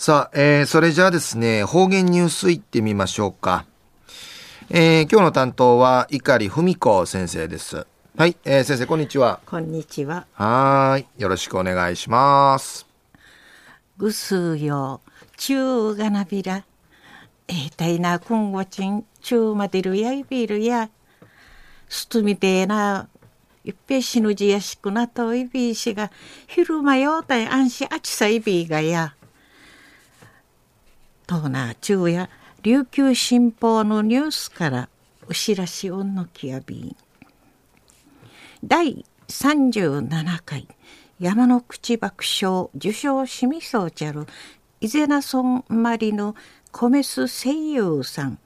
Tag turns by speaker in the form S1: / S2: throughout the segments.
S1: さあ、それじゃあですね、方言ニュースいってみましょうか。今日の担当は碇文子先生です。はい、先生こんにちは。
S2: こんにちは。
S1: はい、よろしくお願いします。
S2: ぐすよ、ちゅうがなびら。たいなくんごちん、ちゅうまでるやいびるや。すとみてえな、いっぺしぬじやしくなといびいしが、昼間よたいあんしあちさいびいがや。とな、ちゅうや、琉球新報のニュースから、うしらしおんのきやびん。第37回山の口爆笑受賞しみそうちゃる伊是名村マリのコメス声優さん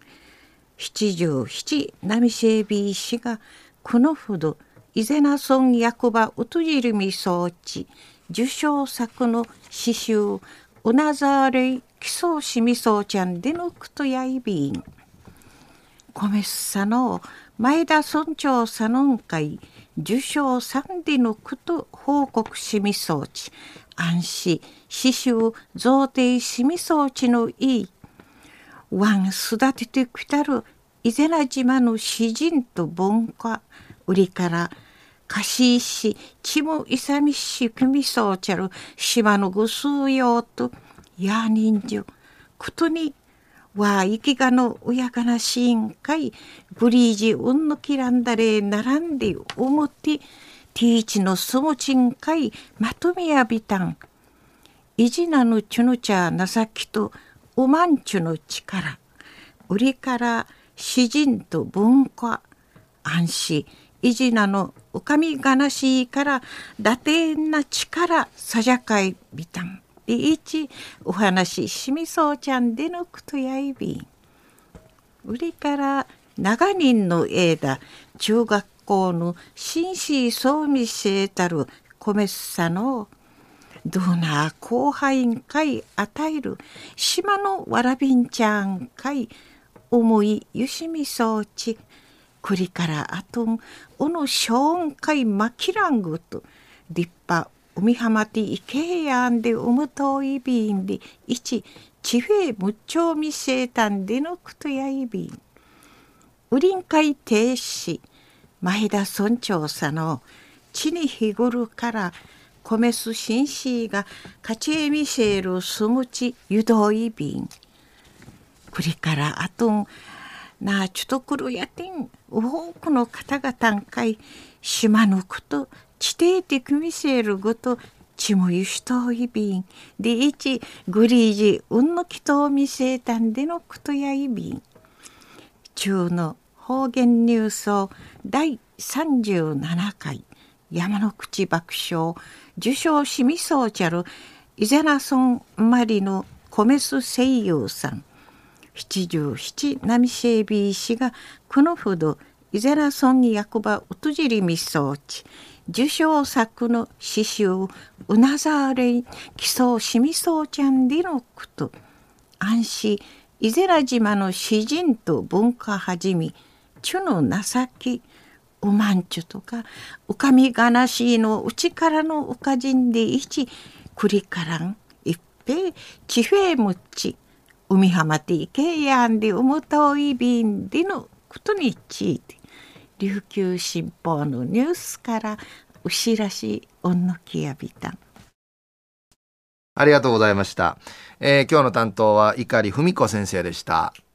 S2: 77波シェービー氏がこのほど伊是名村役場うとじりみ装置受賞作の詩集うなざーれいきそうしみそうちゃんでのくとやいびんコメスさの前田村長さのん会受賞3でのこと報告しみそうち安心刺繍贈呈しみそうちのいいワン育ててきたる伊是名島の詩人と文化売りからかしいしちもいさみしくみそうちゃる島のぐすうようとやにんじゅことにわいきがのうやかなシーンかいグリージうんのきらんだれ並んでおもてティーチのすもちんかいまとめやびたんいじなぬちゅぬちゃなさきとおまんちゅの力売りから詩人と文化安心いじなのおかみがなしいからだてんな力さじゃかいびたんいちお話しみそうちゃんでのくとやいびん売りから長人の枝中学校の紳士そうみせたるコメッサのどうな後輩会与える島のわらびんちゃん会思いゆしみそうちくりからあとんおのしょうん会まきらんぐと立派海浜ていけやんでおむといびんでいちちふえむっちょみせたんでのくとやいびんうりんかい停止前田村長さの地に日頃から米すしんしがかちえみせるすむちゆどいびんくりからあとんなあちゅとくるやてん多くの方々んかい島のこと地底的見せるごとちもゆしといびんでいちグリージうんのきと見せたんでのことやいびん中の方言ニュースを第37回山の口爆笑受賞しみそうちゃる伊是名村マリのコメス声優さん77波シェービー氏がこのほど伊是名村役場うとじりみそうち受賞作の詩集うなざーれいきそうしみそうちゃんでのこと安心伊是名島の詩人と文化はじみちゅの情きおまんちゅとかおかみがなしのうちからのおかじんでいちくりからんいっぺちふえむっち海浜ていけやんでおもといびんでのことについて琉球新報のニュースからうしらしおんのきやびたん
S1: ありがとうございました。今日の担当は碇文子先生でした。